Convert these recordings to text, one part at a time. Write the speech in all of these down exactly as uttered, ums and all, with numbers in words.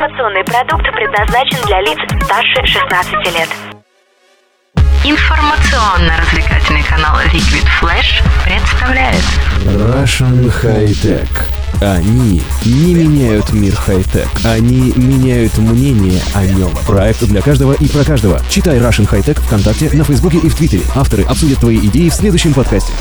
Информационный продукт предназначен для лиц старше шестнадцати лет. Информационно-развлекательный канал Liquid Flash представляет Russian High-Tech. Они не меняют мир хай-тек, они меняют мнение о нем. Проект для каждого и про каждого. Читай Russian High-Tech ВКонтакте, на Фейсбуке и в Твиттере. Авторы обсудят твои идеи в следующем подкасте.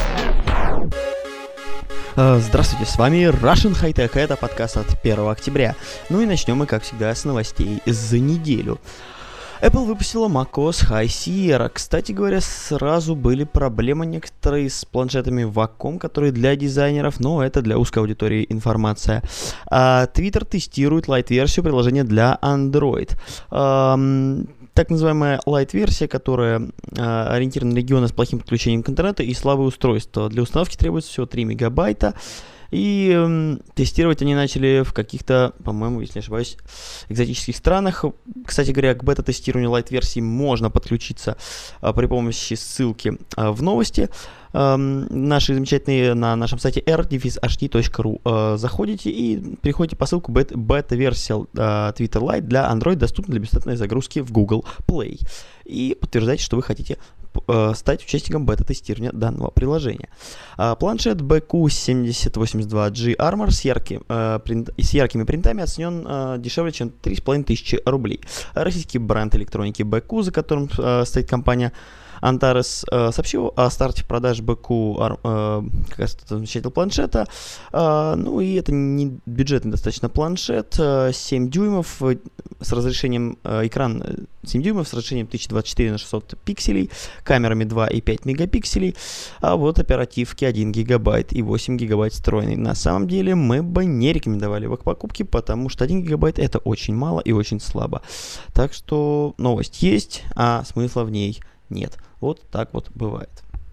Здравствуйте, с вами Russian High-Tech, это подкаст от первого октября. Ну и начнем мы, как всегда, с новостей за неделю. Apple выпустила macOS High Sierra. Кстати говоря, сразу были проблемы некоторые с планшетами Wacom, которые для дизайнеров, но это для узкой аудитории информация. А, Twitter тестирует лайт-версию приложения для Android. А, так называемая лайт-версия, которая а, ориентирована на регионы с плохим подключением к интернету и слабые устройства. Для установки требуется всего три мегабайта. И э, тестировать они начали в каких-то, по-моему, если не ошибаюсь, экзотических странах. Кстати говоря, к бета-тестированию лайт-версии можно подключиться э, при помощи ссылки э, в новости. Э, наши замечательные на нашем сайте эр эйч ди точка ру. Э, заходите и переходите по ссылку бет- бета-версия э, Twitter Lite для Android доступна для бесплатной загрузки в Google Play. И подтверждайте, что вы хотите стать участником бета-тестирования данного приложения. А, планшет би кью семьдесят восемьдесят два джи Armor с, ярким, э, принт, с яркими принтами оценен э, дешевле, чем три с половиной тысячи рублей. Российский бренд электроники би кью, за которым э, стоит компания Antares, э, сообщил о старте продаж би кью, э, как раз замечательного планшета. Э, ну и это не бюджетный достаточно планшет, э, семь дюймов э, с разрешением, э, экран семь дюймов с разрешением тысяча двадцать четыре на шестьсот пикселей, камерами два и пять мегапикселей, а вот оперативки один гигабайт и восемь гигабайт встроенный. На самом деле мы бы не рекомендовали его к покупке, потому что один гигабайт это очень мало и очень слабо. Так что новость есть, а смысла в ней нет. Вот так вот бывает.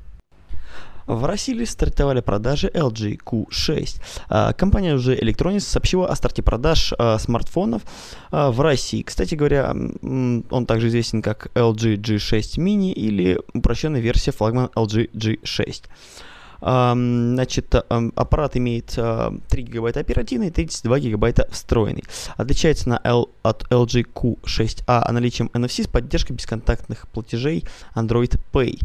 В России стартовали продажи эл джи кью шесть. А, компания уже Electronics сообщила о старте продаж а, смартфонов а, в России. Кстати говоря, он также известен как эл джи джи шесть Mini или упрощенная версия флагман эл джи джи шесть. А, значит, а, аппарат имеет а, три гигабайта оперативной и тридцать два гигабайта встроенный. Отличается на L, от эл джи кью шесть а наличием эн эф си с поддержкой бесконтактных платежей Android Pay.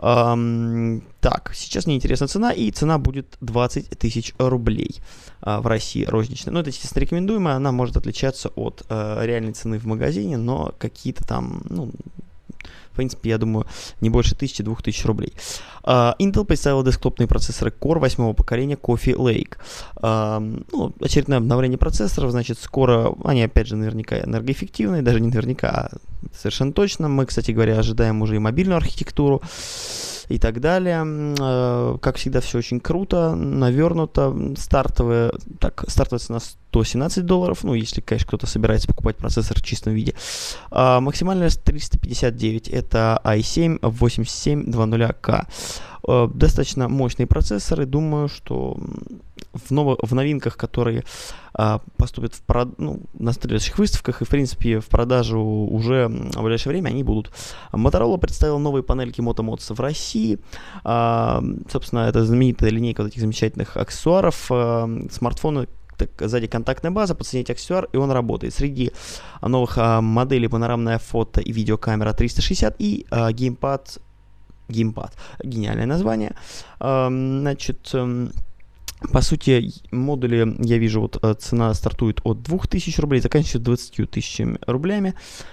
Um, так, сейчас мне интересна цена, и цена будет двадцать тысяч рублей uh, в России розничная. Ну, это, естественно, рекомендуемая, она может отличаться от uh, реальной цены в магазине, но какие-то там, ну, в принципе, я думаю, не больше тысячи-двух тысяч рублей. Uh, Intel представил десктопные процессоры Core восьмого поколения Coffee Lake. Uh, ну, очередное обновление процессоров, значит, скоро, они, опять же, наверняка энергоэффективные, даже не наверняка, а совершенно точно. Мы, кстати говоря, ожидаем уже и мобильную архитектуру и так далее. Uh, как всегда, все очень круто, навернуто. Стартовая, так, стартовая цена сто семнадцать долларов, ну, если, конечно, кто-то собирается покупать процессор в чистом виде. Uh, максимальная триста пятьдесят девять, это ай семь восемьдесят семь двадцать кей. Uh, достаточно мощные процессоры. Думаю, что в, ново- в новинках, которые uh, поступят в прод- ну, на следующих выставках и, в принципе, в продажу уже в ближайшее время, они будут. Motorola представила новые панельки Moto Mods в России. Uh, собственно, это знаменитая линейка вот этих замечательных аксессуаров. Uh, смартфоны, так, сзади контактная база, подсоединить аксессуар, и он работает. Среди новых а, моделей панорамная фото и видеокамера триста шестьдесят и а, геймпад. Геймпад. Гениальное название. А, значит, а, по сути, модули, я вижу, вот цена стартует от двух тысяч рублей, заканчивается двадцатью тысячами рублями.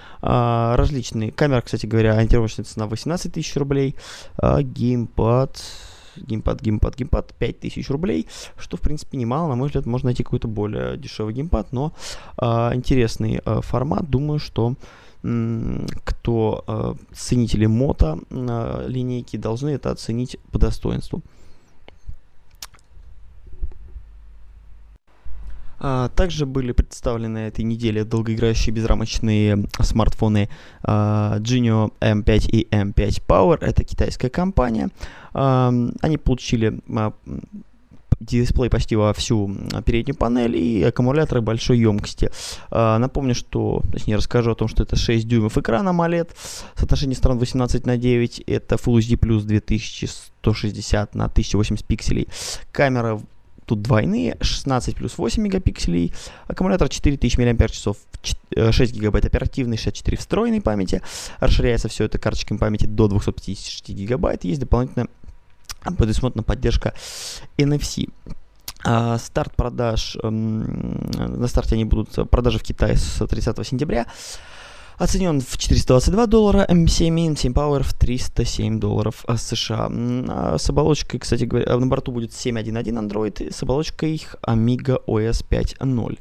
А, различные камеры, кстати говоря, ориентировочная цена восемнадцать тысяч рублей. А, геймпад... Геймпад, геймпад, геймпад пять тысяч рублей, что в принципе немало, на мой взгляд, можно найти какой-то более дешевый геймпад, но э, интересный э, формат. Думаю, что м- кто э, ценители мото э, линейки должны это оценить по достоинству. А, также были представлены этой неделе долгоиграющие безрамочные смартфоны а, Genio эм пять и эм пять Power. Это китайская компания. А, они получили а, дисплей почти во всю переднюю панель и аккумуляторы большой емкости. А, напомню, что, точнее, расскажу о том, что это шесть дюймов экрана AMOLED, соотношение сторон восемнадцать на девять, это Full эйч ди плюс две тысячи сто шестьдесят на тысяча восемьдесят пикселей. Камера тут двойные, шестнадцать плюс восемь мегапикселей, аккумулятор четыре тысячи мАч, шесть гигабайт оперативной, шестьдесят четыре встроенной памяти, расширяется все это карточками памяти до двести пятьдесят шесть гигабайт, есть дополнительная предусмотрена поддержка эн эф си. А, старт продаж, эм, на старте они будут, продажи в Китае с тридцатого сентября. Оценен в четыреста двадцать два доллара, эм семь, эм семь Power в триста семь долларов США. А с оболочкой, кстати говоря, на борту будет семь точка один точка один Android, с оболочкой их Amiga о эс пять ноль.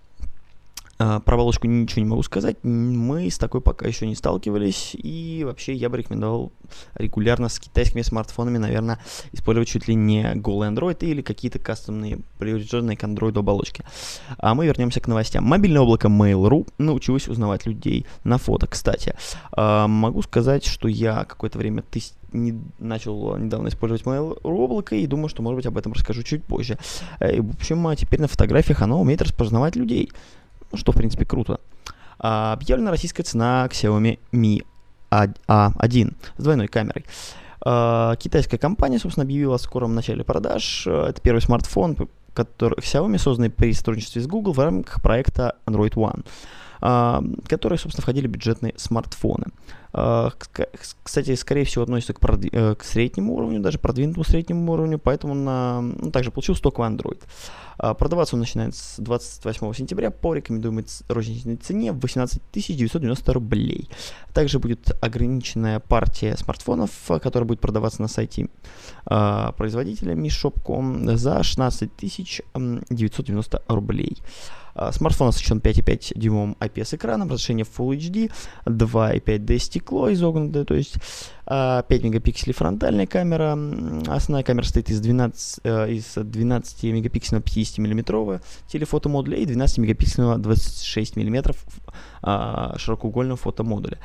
Uh, про оболочку ничего не могу сказать, мы с такой пока еще не сталкивались, и вообще я бы рекомендовал регулярно с китайскими смартфонами, наверное, использовать чуть ли не голый Android или какие-то кастомные, приближенные к Android оболочки. А мы вернемся к новостям. Мобильное облако Mail.ru научилось узнавать людей на фото. Кстати, uh, могу сказать, что я какое-то время тест... не... начал недавно использовать Mail.ru облако, и думаю, что, может быть, об этом расскажу чуть позже. И, в общем, теперь на фотографиях оно умеет распознавать людей. Ну, что, в принципе, круто. А, объявлена российская цена Xiaomi Mi а один с двойной камерой. А, китайская компания, собственно, объявила о скором начале продаж. Это первый смартфон, который Xiaomi, созданный при сотрудничестве с Google в рамках проекта Android One, а, которые, собственно, входили в бюджетные смартфоны. А, кстати, скорее всего, относится к, продв... к среднему уровню, даже продвинутому среднему уровню, поэтому на... ну, также получил стоковый Android. А, продаваться он начинает с двадцать восьмого сентября по рекомендуемой розничной цене в восемнадцать тысяч девятьсот девяносто рублей. Также будет ограниченная партия смартфонов, которая будет продаваться на сайте а, производителя ми шоп точка ком за шестнадцать тысяч девятьсот девяносто рублей. Смартфон оснащен пять и пять дюймовым ай пи эс-экраном, разрешение Full эйч ди, два и пять дэ стекло изогнутое, то есть пять мегапикселей фронтальная камера. Основная камера состоит из двенадцати, из двенадцати мегапиксельного пятидесятимиллиметрового телефотомодуля и двенадцати мегапиксельного двадцать шесть миллиметров широкоугольного фотомодуля.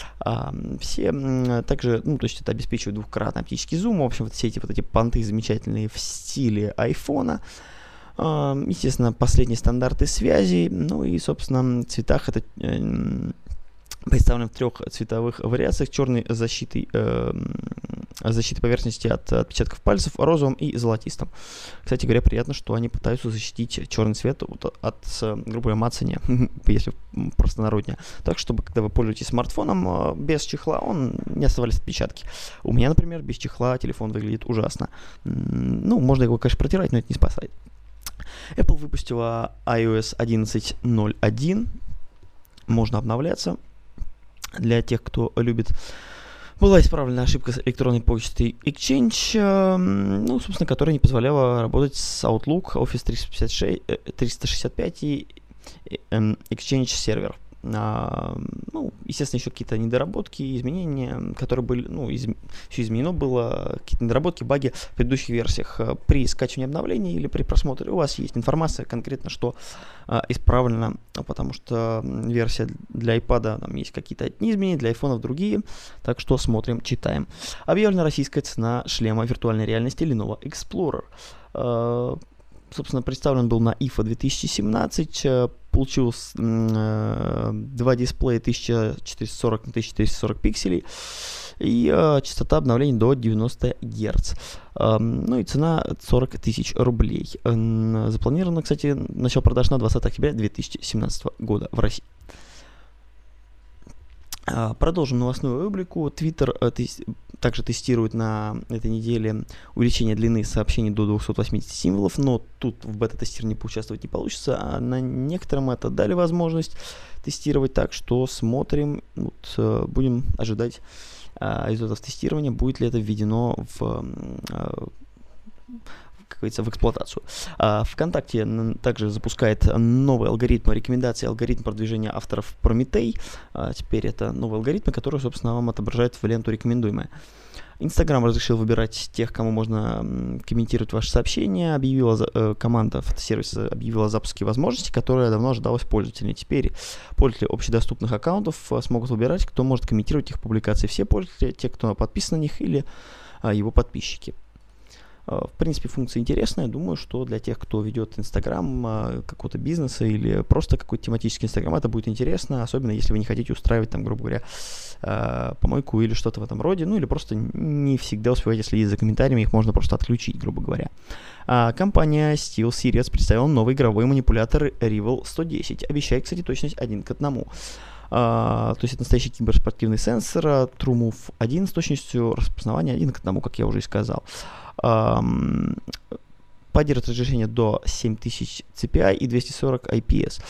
Все также, ну, то есть это обеспечивает двухкратный оптический зум. В общем, вот все эти вот эти понты замечательные в стиле айфона. Естественно, последние стандарты связи, ну и, собственно, в цветах это э, представлено в трех цветовых вариациях: черной защитой, э, защитой поверхности от отпечатков пальцев, розовым и золотистым. Кстати говоря, приятно, что они пытаются защитить черный цвет от, от грубого мацания, если простонароднее. Так, чтобы, когда вы пользуетесь смартфоном без чехла, он не оставались отпечатки. У меня, например, без чехла телефон выглядит ужасно. Ну, можно его, конечно, протирать, но это не спасает. Apple выпустила iOS одиннадцать ноль один. Можно обновляться. Для тех, кто любит. Была исправлена ошибка с электронной почтой Exchange, ну, собственно, которая не позволяла работать с Outlook, Office триста шестьдесят пять и Exchange сервер. А, ну, естественно, еще какие-то недоработки, изменения, которые были, ну, из, все изменено было, какие-то недоработки, баги в предыдущих версиях. При скачивании обновлений или при просмотре у вас есть информация конкретно, что а, исправлено, потому что версия для iPad, там есть какие-то одни изменения, для iPhone другие, так что смотрим, читаем. Объявлена российская цена шлема виртуальной реальности Lenovo Explorer. А, собственно, представлен был на ай эф эй две тысячи семнадцать, получил э, два дисплея тысяча четыреста сорок на тысяча четыреста сорок пикселей и э, частота обновлений до девяносто герц. Э, ну и цена сорок тысяч рублей. Э, запланировано, кстати, начало продаж на двадцатого октября две тысячи семнадцатого года в России. Продолжим новостную рубрику. Twitter э, тес- также тестирует на этой неделе увеличение длины сообщений до двухсот восьмидесяти символов, но тут в бета-тестировании поучаствовать не получится, а на некоторым это дали возможность тестировать, так что смотрим, вот, э, будем ожидать э, результатов тестирования, будет ли это введено в... Э, как говорится, в эксплуатацию. А, ВКонтакте также запускает новый алгоритм рекомендаций, алгоритм продвижения авторов Прометей. А, теперь это новые алгоритмы, которые, собственно, вам отображают в ленту рекомендуемое. Инстаграм разрешил выбирать тех, кому можно комментировать ваши сообщения. Объявила, э, команда фотосервиса объявила о запуске возможности, которая давно ожидалась пользователями. Теперь пользователи общедоступных аккаунтов смогут выбирать, кто может комментировать их публикации. Все пользователи, те, кто подписан на них, или а, его подписчики. В принципе, функция интересная. Думаю, что для тех, кто ведет Инстаграм какого-то бизнеса или просто какой-то тематический Инстаграм, это будет интересно, особенно если вы не хотите устраивать там, грубо говоря, помойку или что-то в этом роде, ну или просто не всегда успеваете следить за комментариями, их можно просто отключить, грубо говоря. Компания SteelSeries представила новый игровой манипулятор Rival сто десять, обещает, кстати, точность один к одному. Uh, то есть это настоящий киберспортивный сенсор TrueMove один с точностью распознавания один к одному, как я уже и сказал. Uh, поддерживает разрешение до семь тысяч си пи ай и двести сорок ай пи эс.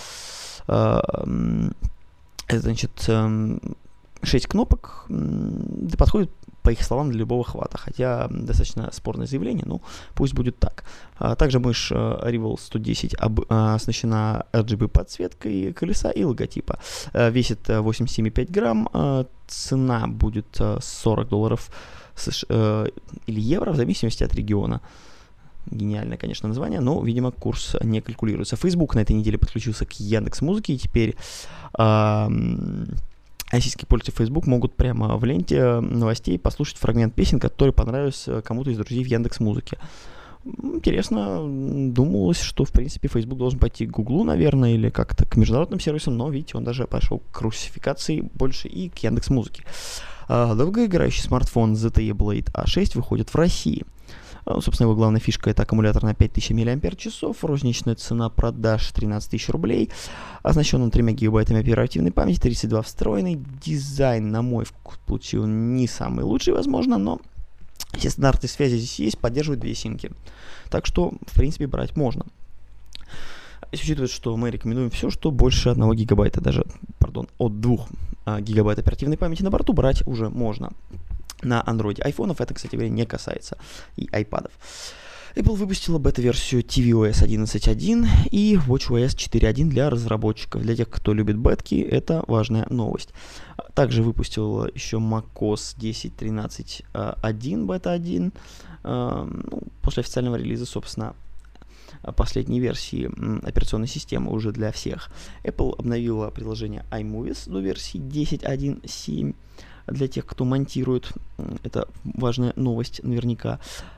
Uh, это значит um, шесть кнопок, да, подходит, по их словам, для любого хвата, хотя достаточно спорное заявление, но пусть будет так. А также мышь Rival сто десять об, а, оснащена эр джи би подсветкой колеса и логотипа. А, весит восемьдесят семь и пять грамм, а, цена будет сорок долларов США, а, или евро, в зависимости от региона. Гениальное, конечно, название, но, видимо, курс не калькулируется. Facebook на этой неделе подключился к Яндекс.Музыке, и теперь... А, российские пользователи Facebook могут прямо в ленте новостей послушать фрагмент песен, который понравился кому-то из друзей в Яндекс.Музыке. Интересно, думалось, что, в принципе, Facebook должен пойти к Гуглу, наверное, или как-то к международным сервисам, но, видите, он даже пошел к русификации больше и к Яндекс.Музыке. Долгоиграющий смартфон зет ти и Blade а шесть выходит в России. Собственно, его главная фишка — это аккумулятор на пять тысяч мАч, розничная цена продаж тринадцать тысяч рублей, оснащен он тремя гигабайтами оперативной памяти, тридцать два встроенной. Дизайн, на мой вкус, получил не самый лучший, возможно, но все стандарты связи здесь есть, поддерживают две симки. Так что, в принципе, брать можно. Если учитывать, что мы рекомендуем все, что больше одного гигабайта, даже, пардон, от двух а, гигабайт оперативной памяти на борту брать уже можно. На Android. Айфонов это, кстати говоря, не касается. И айпадов. Apple выпустила бета-версию tvOS одиннадцать точка один и watchOS четыре точка один для разработчиков. Для тех, кто любит бетки, это важная новость. Также выпустил еще macOS десять точка тринадцать точка один бета один. Ну, после официального релиза, собственно, последней версии операционной системы уже для всех. Apple обновила приложение iMovies до версии десять точка один точка семь. Для тех, кто монтирует, это важная новость наверняка.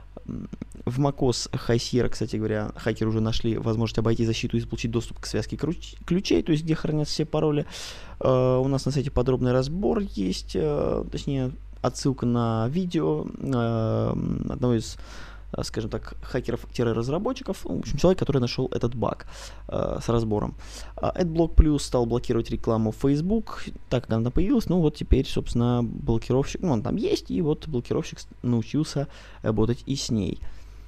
В macOS High Sierra, кстати говоря, хакеры уже нашли возможность обойти защиту и получить доступ к связке ключей, то есть где хранятся все пароли. Uh, у нас на сайте подробный разбор есть, uh, точнее отсылка на видео uh, одного из, скажем так, хакеров-разработчиков, в общем, человек, который нашел этот баг э, с разбором. AdBlock Plus стал блокировать рекламу в Facebook, так как она появилась, ну вот теперь, собственно, блокировщик, ну он там есть, и вот блокировщик научился работать и с ней.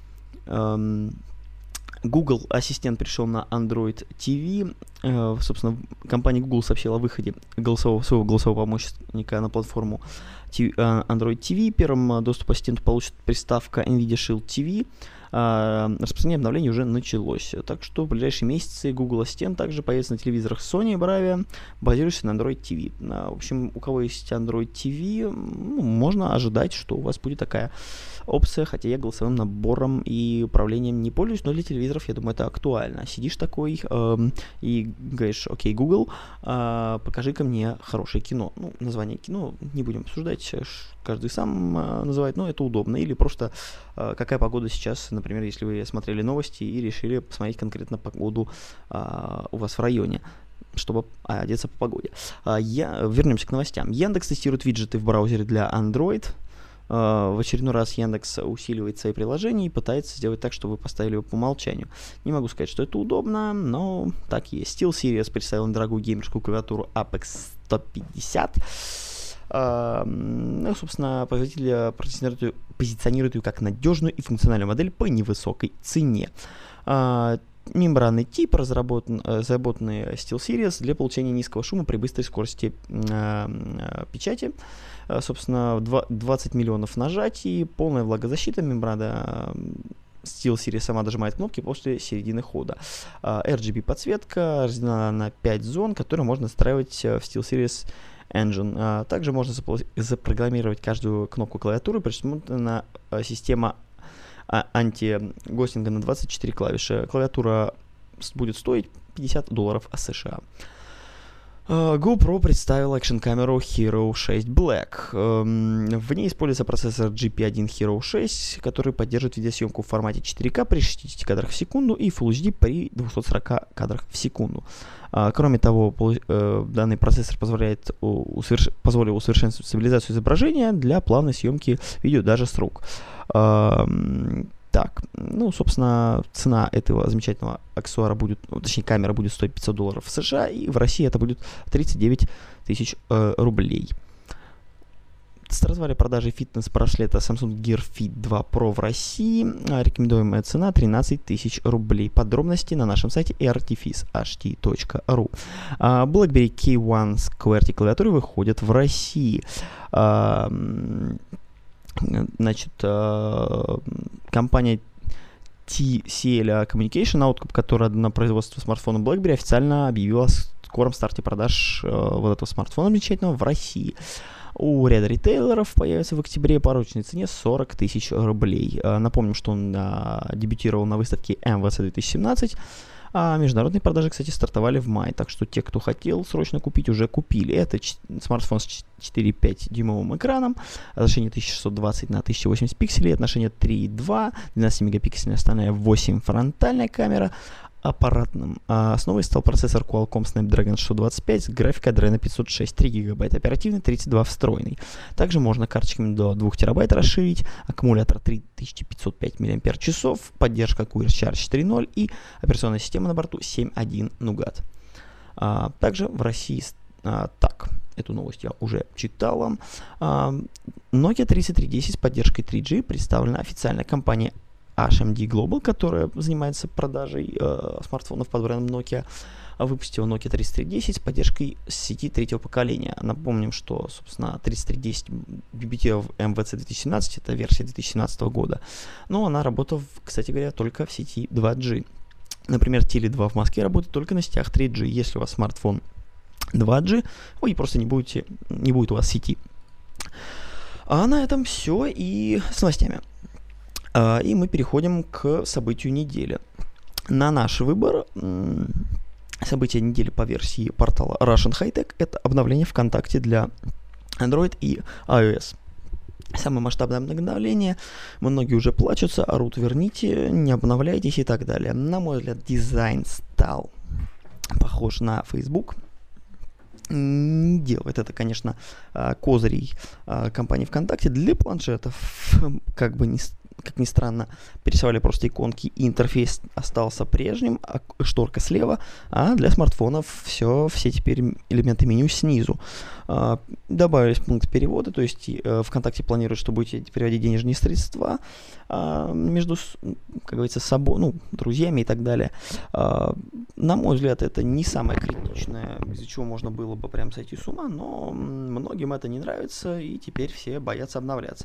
Эм, Google Ассистент пришел на Android ти ви. Э, собственно, компания Google сообщила о выходе голосового, своего голосового помощника на платформу Android ти ви. Первым доступ ассистенту получит приставка NVIDIA Shield ти ви. Uh, распространение обновлений уже началось. Так что в ближайшие месяцы Google Ассистент также появится на телевизорах Sony и Bravia, базирующихся на Android ти ви. Uh, в общем, у кого есть Android ти ви, ну, можно ожидать, что у вас будет такая опция, хотя я голосовым набором и управлением не пользуюсь, но для телевизоров, я думаю, это актуально. Сидишь такой uh, и говоришь: окей, Google, uh, покажи-ка мне хорошее кино. Ну, название кино не будем обсуждать, каждый сам uh, называет, но это удобно. Или просто uh, какая погода сейчас, например, если вы смотрели новости и решили посмотреть конкретно погоду uh, у вас в районе, чтобы а, одеться по погоде. Uh, я, вернемся к новостям. Яндекс тестирует виджеты в браузере для Android. Uh, в очередной раз Яндекс усиливает свои приложения и пытается сделать так, чтобы вы поставили его по умолчанию. Не могу сказать, что это удобно, но так есть. SteelSeries представил дорогую геймерскую клавиатуру Apex сто пятьдесят. Uh, ну, собственно, производитель позиционирует ее, позиционирует ее как надежную и функциональную модель по невысокой цене. Uh, мембранный тип, разработан, разработанный SteelSeries для получения низкого шума при быстрой скорости uh, печати. Uh, собственно, двадцать миллионов нажатий, полная влагозащита, мембрана SteelSeries сама дожимает кнопки после середины хода. Uh, эр джи би подсветка разделена на пять зон, которые можно настраивать в SteelSeries Engine. Uh, также можно запро- запрограммировать каждую кнопку клавиатуры, предусмотрена uh, система uh, анти-гостинга на двадцать четыре клавиши. Клавиатура будет стоить пятьдесят долларов США. GoPro представила экшн-камеру Hero шесть Black. В ней используется процессор джи пи один Hero шесть, который поддерживает видеосъемку в формате четыре ка при шестидесяти кадрах в секунду и Full эйч ди при двухстах сорока кадрах в секунду. Кроме того, данный процессор позволяет усоверш... позволил усовершенствовать стабилизацию изображения для плавной съемки видео даже с рук. Так, ну, собственно, цена этого замечательного аксессуара будет, точнее, камера будет стоить пятьсот долларов в США, и в России это будет тридцать девять тысяч э, рублей. Стартовали продажи фитнес-браслета Samsung Gear Fit два Pro в России. Рекомендуемая цена тринадцать тысяч рублей. Подробности на нашем сайте artifice эйч ти точка ру. BlackBerry кей один с кью ар ти клавиатурой выходят в России. Значит, компания ти си эл Communication, Outcome, которая на производство смартфона BlackBerry, официально объявила о скором старте продаж вот этого смартфона замечательного в России. У ряда ритейлеров появится в октябре по рыночной цене сорок тысяч рублей. Напомним, что он дебютировал на выставке эм вэ цэ две тысячи семнадцать. А международные продажи, кстати, стартовали в мае, так что те, кто хотел срочно купить, уже купили. Это ч- смартфон с четыре и пять дюймовым экраном, разрешение тысяча шестьсот двадцать на тысяча восемьдесят пикселей, отношение три и два, двенадцатимегапиксельная остальная, восемь фронтальная камера. Аппаратным а, основой стал процессор Qualcomm Snapdragon шестьсот двадцать пять с графикой Adreno пятьсот шесть, три гигабайта оперативной, тридцать два встроенный. Также можно карточками до двух терабайт расширить, аккумулятор три тысячи пятьсот пять мАч, поддержка Q R Charge четыре ноль и операционная система на борту семь точка один Nougat. А, также в России, а, так, эту новость я уже читала, а, Nokia тридцать три десять с поддержкой три джи представлена официальная компания эйч эм ди Global, которая занимается продажей э, смартфонов под брендом Nokia, выпустила Nokia тридцать три десять с поддержкой сети третьего поколения. Напомним, что, собственно, тридцать три десять дебютировала в эм вэ цэ две тысячи семнадцать, это версия две тысячи семнадцатого года, но она работала, кстати говоря, только в сети два джи. Например, Теле два в Москве работает только на сетях три джи. Если у вас смартфон два джи, вы просто не будете, не будет у вас сети. А на этом все и с новостями. Uh, и мы переходим к событию недели. На наш выбор м- событие недели по версии портала Russian High Tech — это обновление ВКонтакте для Android и iOS. Самое масштабное обновление. Многие уже плачутся, орут: верните, не обновляйтесь и так далее. На мой взгляд, дизайн стал похож на Facebook. Не делает это, конечно, козырей компании ВКонтакте для планшетов. Как бы не Как ни странно, перерисовали просто иконки, и интерфейс остался прежним, а шторка слева, а для смартфонов все, все теперь элементы меню снизу. А, добавились пункт перевода, то есть э, ВКонтакте планирует, что будете переводить денежные средства а, между, как говорится, собой, ну, друзьями и так далее. А, на мой взгляд, это не самое критичное, из-за чего можно было бы прям сойти с ума, но многим это не нравится, и теперь все боятся обновляться.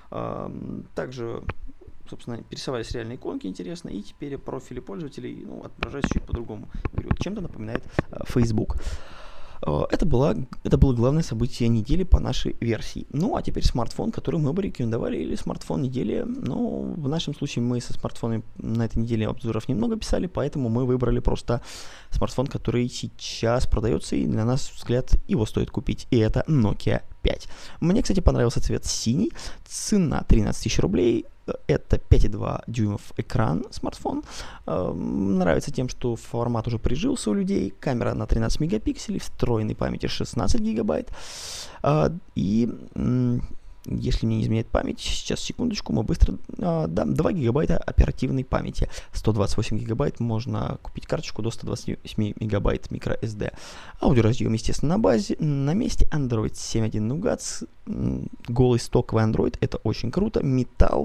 Также, собственно, перерисовались реальные иконки, интересно, и теперь профили пользователей, ну, отображаются чуть по-другому. Говорю, чем-то напоминает uh, Facebook. Uh, это, было, это было главное событие недели по нашей версии. Ну, а теперь смартфон, который мы бы рекомендовали, или смартфон недели. Ну, в нашем случае мы со смартфонами на этой неделе обзоров немного писали, поэтому мы выбрали просто смартфон, который сейчас продается, и на наш взгляд его стоит купить, и это Nokia пять. Мне, кстати, понравился цвет синий, цена тринадцать тысяч рублей, это пять и два дюймов экран смартфон. Э, нравится тем, что формат уже прижился у людей, камера на тринадцать мегапикселей, встроенной памяти шестнадцать гигабайт, э, и м- если мне не изменяет память, сейчас, секундочку, мы быстро э, дам два гигабайта оперативной памяти, сто двадцать восемь гигабайт, можно купить карточку до ста двадцати восьми мегабайт microSD. Аудиоразъем, естественно, на базе, на месте. Android семь точка один Nougat, голый стоковый Android, это очень круто. Металл,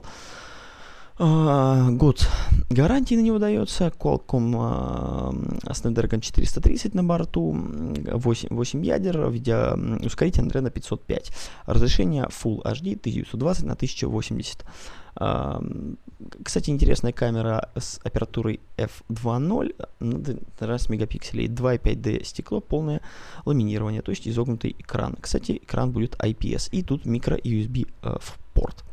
Uh, год гарантии на него дается. Qualcomm uh, Snapdragon четыреста тридцать на борту, восемь, восемь ядер, видеоускоритель Adreno пятьсот пять, разрешение Full эйч ди тысяча девятьсот двадцать на тысяча восемьдесят. Uh, кстати, интересная камера с апертурой эф два ноль, тринадцать мегапикселей, два и пять дэ стекло, полное ламинирование, то есть изогнутый экран. Кстати, экран будет ай пи эс, и тут микро ю эс би uh, в порт.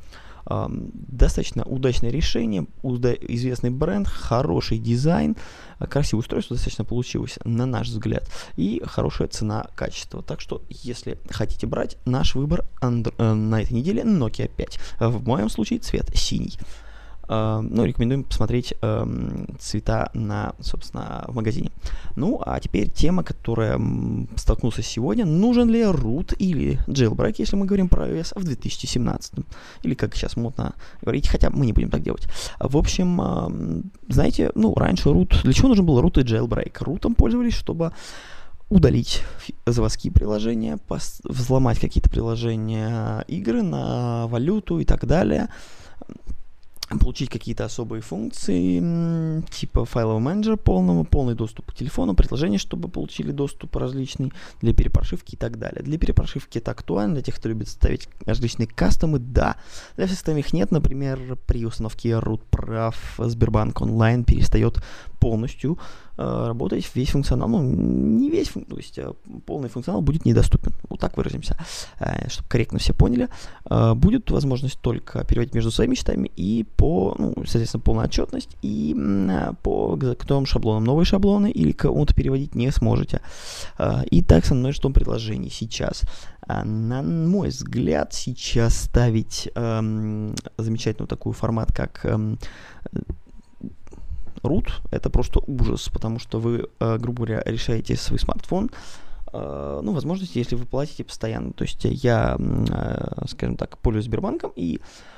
Э, достаточно удачное решение, уда- известный бренд, хороший дизайн, красивое устройство достаточно получилось, на наш взгляд, и хорошая цена-качество. Так что, если хотите брать, наш выбор андро- э, на этой неделе Nokia пять. В моем случае цвет синий. Uh, ну, рекомендуем посмотреть uh, цвета на, собственно, в магазине. Ну, а теперь тема, которая м, столкнулся сегодня. Нужен ли root или jailbreak, если мы говорим про iOS, в две тысячи семнадцатом? Или, как сейчас модно говорить, хотя мы не будем так делать. В общем, uh, знаете, ну, раньше root... Для чего нужен был root и jailbreak? Рутом пользовались, чтобы удалить заводские приложения, пос- взломать какие-то приложения игры на валюту и так далее, получить какие-то особые функции, типа файлового менеджера полного, полный доступ к телефону, приложения, чтобы получили доступ различный для перепрошивки и так далее. Для перепрошивки это актуально, для тех, кто любит ставить различные кастомы, да. Для всех остальных нет, например, при установке root прав Сбербанк онлайн перестает полностью э, работать весь функционал, ну, не весь, то есть э, полный функционал будет недоступен, вот так выразимся, э, чтобы корректно все поняли. Э, будет возможность только переводить между своими счетами и по, ну, соответственно, полная отчетность, и э, по готовым шаблонам. Новые шаблоны или кому-то переводить не сможете. Э, и так со множеством предложений сейчас. Э, на мой взгляд, сейчас ставить э, замечательную такую формат, как э, root, это просто ужас, потому что вы, э, грубо говоря, решаете свой смартфон, э, ну, возможности, если вы платите постоянно. То есть я, э, скажем так, пользуюсь Сбербанком, и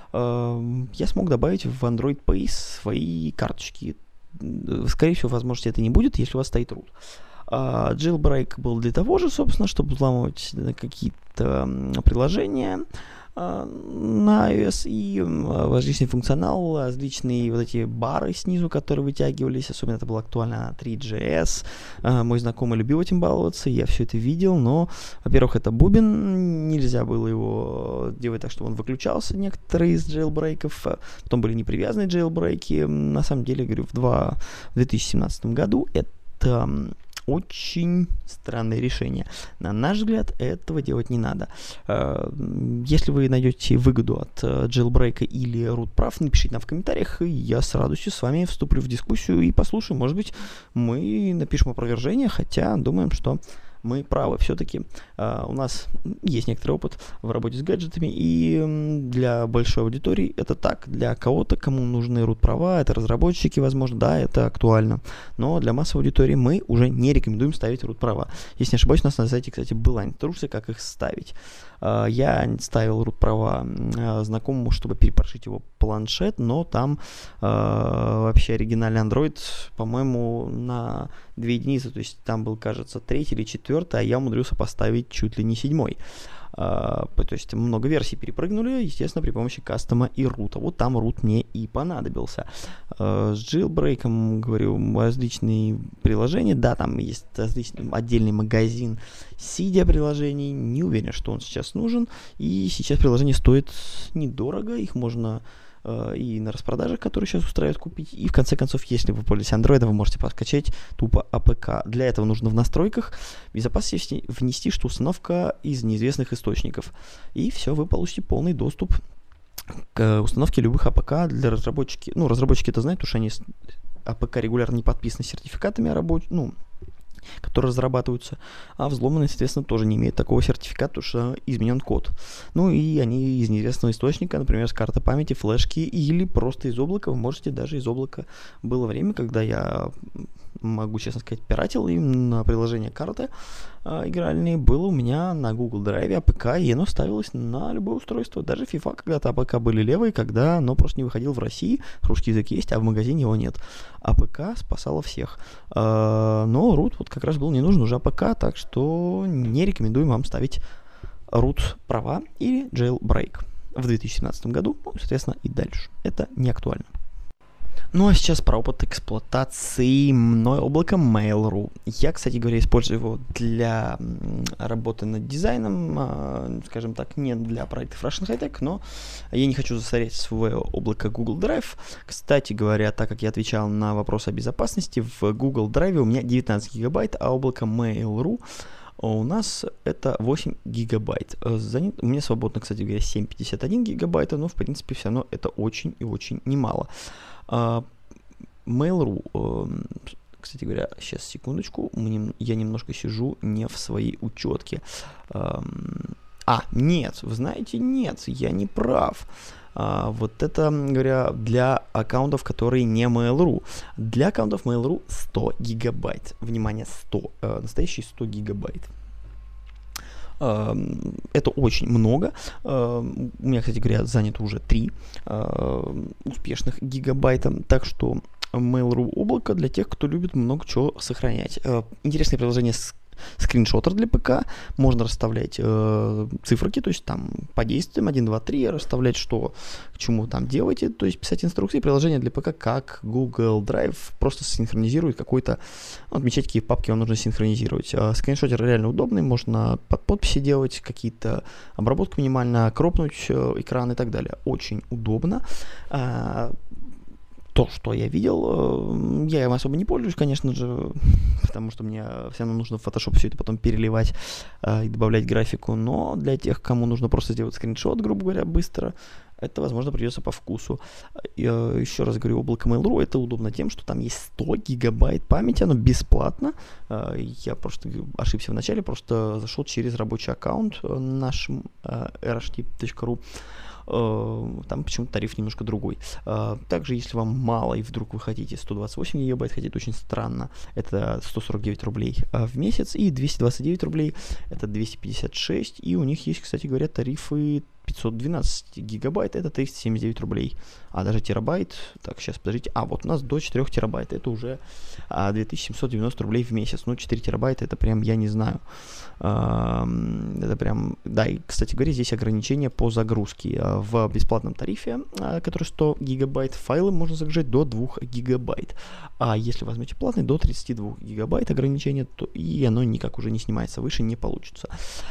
э, я смог добавить в Android Pay свои карточки. Скорее всего, возможности это не будет, если у вас стоит root. Uh, jailbreak был для того же, собственно, чтобы взламывать какие-то um, приложения uh, на iOS и uh, различный функционал, различные вот эти бары снизу, которые вытягивались, особенно это было актуально на три джи эс. Uh, мой знакомый любил этим баловаться, я все это видел, но, во-первых, это бубен, нельзя было его делать так, чтобы он выключался, некоторые из джейлбрейков, потом были непривязанные джейлбрейки. На самом деле, говорю, в две тысячи семнадцатом году это очень странное решение. На наш взгляд, этого делать не надо. Если вы найдете выгоду от jailbreak или root прав, напишите нам в комментариях, и я с радостью с вами вступлю в дискуссию и послушаю. Может быть, мы напишем опровержение, хотя думаем, что мы правы. Все-таки uh, у нас есть некоторый опыт в работе с гаджетами, и um, для большой аудитории это так. Для кого-то, кому нужны root права, это разработчики, возможно, да, это актуально. Но для массовой аудитории мы уже не рекомендуем ставить root права. Если не ошибаюсь, у нас на сайте, кстати, была инструкция, как их ставить. Uh, я ставил root права uh, знакомому, чтобы перепрошить его планшет, но там uh, вообще оригинальный Android, по-моему, на две единицы, то есть там был, кажется, третий или четвертый, а я умудрился поставить чуть ли не седьмой. Uh, то есть много версий перепрыгнули, естественно, при помощи кастома и рута. Вот там root мне и понадобился. Uh, с jailbreak'ом, говорю, различные приложения. Да, там есть различный отдельный магазин сидя приложений. Не уверен, что он сейчас нужен. И сейчас приложение стоит недорого. Их можно uh, и на распродажах, которые сейчас устраивают, купить. И в конце концов, если вы пользуетесь Android, вы можете подкачать тупо эй пи кей. Для этого нужно в настройках безопасности внести, что установка из неизвестных источников. И все, вы получите полный доступ к установке любых эй пи кей для разработчики. Ну, разработчики это знают, потому что они эй пи кей регулярно не подписаны сертификатами о работе, ну, которые разрабатываются, а взломанные, соответственно, тоже не имеют такого сертификата, потому что изменен код. Ну и они из неизвестного источника, например, с карты памяти, флешки или просто из облака. Вы можете даже из облака. Было время, когда я, могу честно сказать, пиратил именно приложение карты э, игральные. Было у меня на Google Drive эй пи кей, и оно ставилось на любое устройство. Даже FIFA когда-то эй пи кей были левые, когда оно просто не выходило в России. Русский язык есть, а в магазине его нет. эй пи кей спасало всех. Э, но root вот как раз был не нужен уже эй пи кей, так что не рекомендуем вам ставить root права или jailbreak в две тысячи семнадцатом году, ну, соответственно, и дальше. Это не актуально. Ну а сейчас про опыт эксплуатации мной облака Mail.ru. Я, кстати говоря, использую его для работы над дизайном, скажем так, не для проектов Russian High-Tech, но я не хочу засорять свое облако Google Drive. Кстати говоря, так как я отвечал на вопрос о безопасности, в Google Drive у меня девятнадцать гигабайт, а облако Mail.ru у нас это восемь гигабайт. Занят... У меня свободно, кстати говоря, семь целых пятьдесят один гигабайта, но в принципе все равно это очень и очень немало. Mail.ru, кстати говоря, сейчас секундочку, я немножко сижу не в своей учетке. А, нет, вы знаете, нет, я не прав. А, вот это, говоря, для аккаунтов, которые не Mail.ru. Для аккаунтов Mail.ru сто гигабайт. Внимание, сто. А, настоящие сто гигабайт. А, это очень много. А, у меня, кстати говоря, занято уже три а, успешных гигабайта. Так что Mail.ru облако для тех, кто любит много чего сохранять. А, интересное приложение с скриншотер для ПК, можно расставлять э, циферки, то есть там по действиям один, два, три, расставлять, что к чему там делаете, то есть писать инструкции. Приложение для ПК, как Google Drive, просто синхронизирует какой-то, ну, отмечать, какие папки вам нужно синхронизировать. Э, скриншотер реально удобный, можно под подписи делать, какие-то обработку минимально, кропнуть э, экран и так далее. Очень удобно. Э, То, что я видел, я им особо не пользуюсь, конечно же, потому что мне все равно нужно в Photoshop все это потом переливать э, и добавлять графику, но для тех, кому нужно просто сделать скриншот, грубо говоря, быстро, это, возможно, придется по вкусу. Я еще раз говорю, облако Mail.ru это удобно тем, что там есть сто гигабайт памяти, оно бесплатно. Я просто ошибся в начале, просто зашел через рабочий аккаунт наш эр эйч ти точка ру. Там почему-то тариф немножко другой. Также, если вам мало и вдруг вы хотите сто двадцать восемь гигабайт, хотите, очень странно, это сто сорок девять рублей в месяц, и двести двадцать девять рублей, это двести пятьдесят шесть, и у них есть, кстати говоря, тарифы пятьсот двенадцать гигабайт, это триста семьдесят девять рублей, а даже терабайт, так, сейчас, подождите, а, вот у нас до четыре терабайт, это уже а, две тысячи семьсот девяносто рублей в месяц, ну, четыре терабайта, это прям, я не знаю, а, это прям, да, и, кстати говоря, здесь ограничения по загрузке, а, в бесплатном тарифе, а, который сто гигабайт, файлы можно загружать до двух гигабайт, а если возьмете платный, до тридцать два гигабайт ограничения, то и оно никак уже не снимается, выше не получится.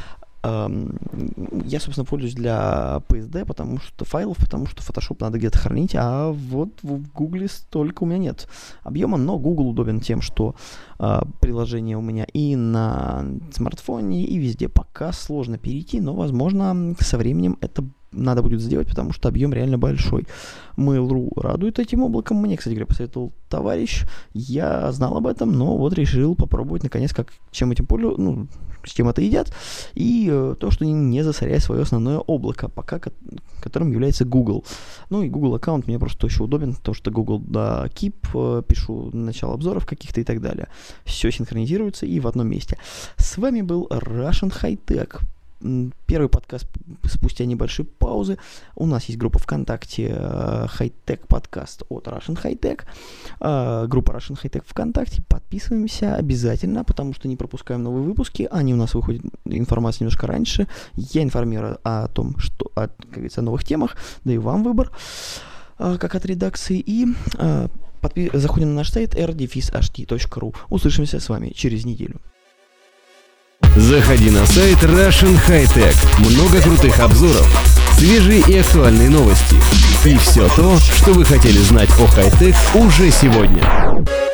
Я, собственно, пользуюсь для пи эс ди, потому что файлов, потому что Photoshop надо где-то хранить, а вот в Google столько у меня нет объема, но Google удобен тем, что а, приложение у меня и на смартфоне, и везде. Пока сложно перейти, но, возможно, со временем это надо будет сделать, потому что объем реально большой. Mail.ru радует этим облаком. Мне, кстати говоря, посоветовал товарищ. Я знал об этом, но вот решил попробовать, наконец, как, чем этим пользуются, ну, с чем это едят, и э, то, что не засоряет свое основное облако, пока ко- которым является Google. Ну и Google аккаунт мне просто еще удобен, потому что Google, да, Keep, э, пишу начало обзоров каких-то и так далее. Все синхронизируется и в одном месте. С вами был Russian High Tech. Первый подкаст спустя небольшие паузы. У нас есть группа ВКонтакте uh, High-Tech подкаст от Russian High-Tech. Uh, группа Russian High-Tech ВКонтакте. Подписываемся обязательно, потому что не пропускаем новые выпуски. Они у нас выходят, информация немножко раньше. Я информирую о том, что, о, как говорится, о новых темах. Да и вам выбор, uh, как от редакции. И uh, подпи- заходим на наш сайт эр дефис эйч ти точка ру. Услышимся с вами через неделю. Заходи на сайт Russian High Tech. Много крутых обзоров, свежие и актуальные новости. И все то, что вы хотели знать о хай-тек уже сегодня.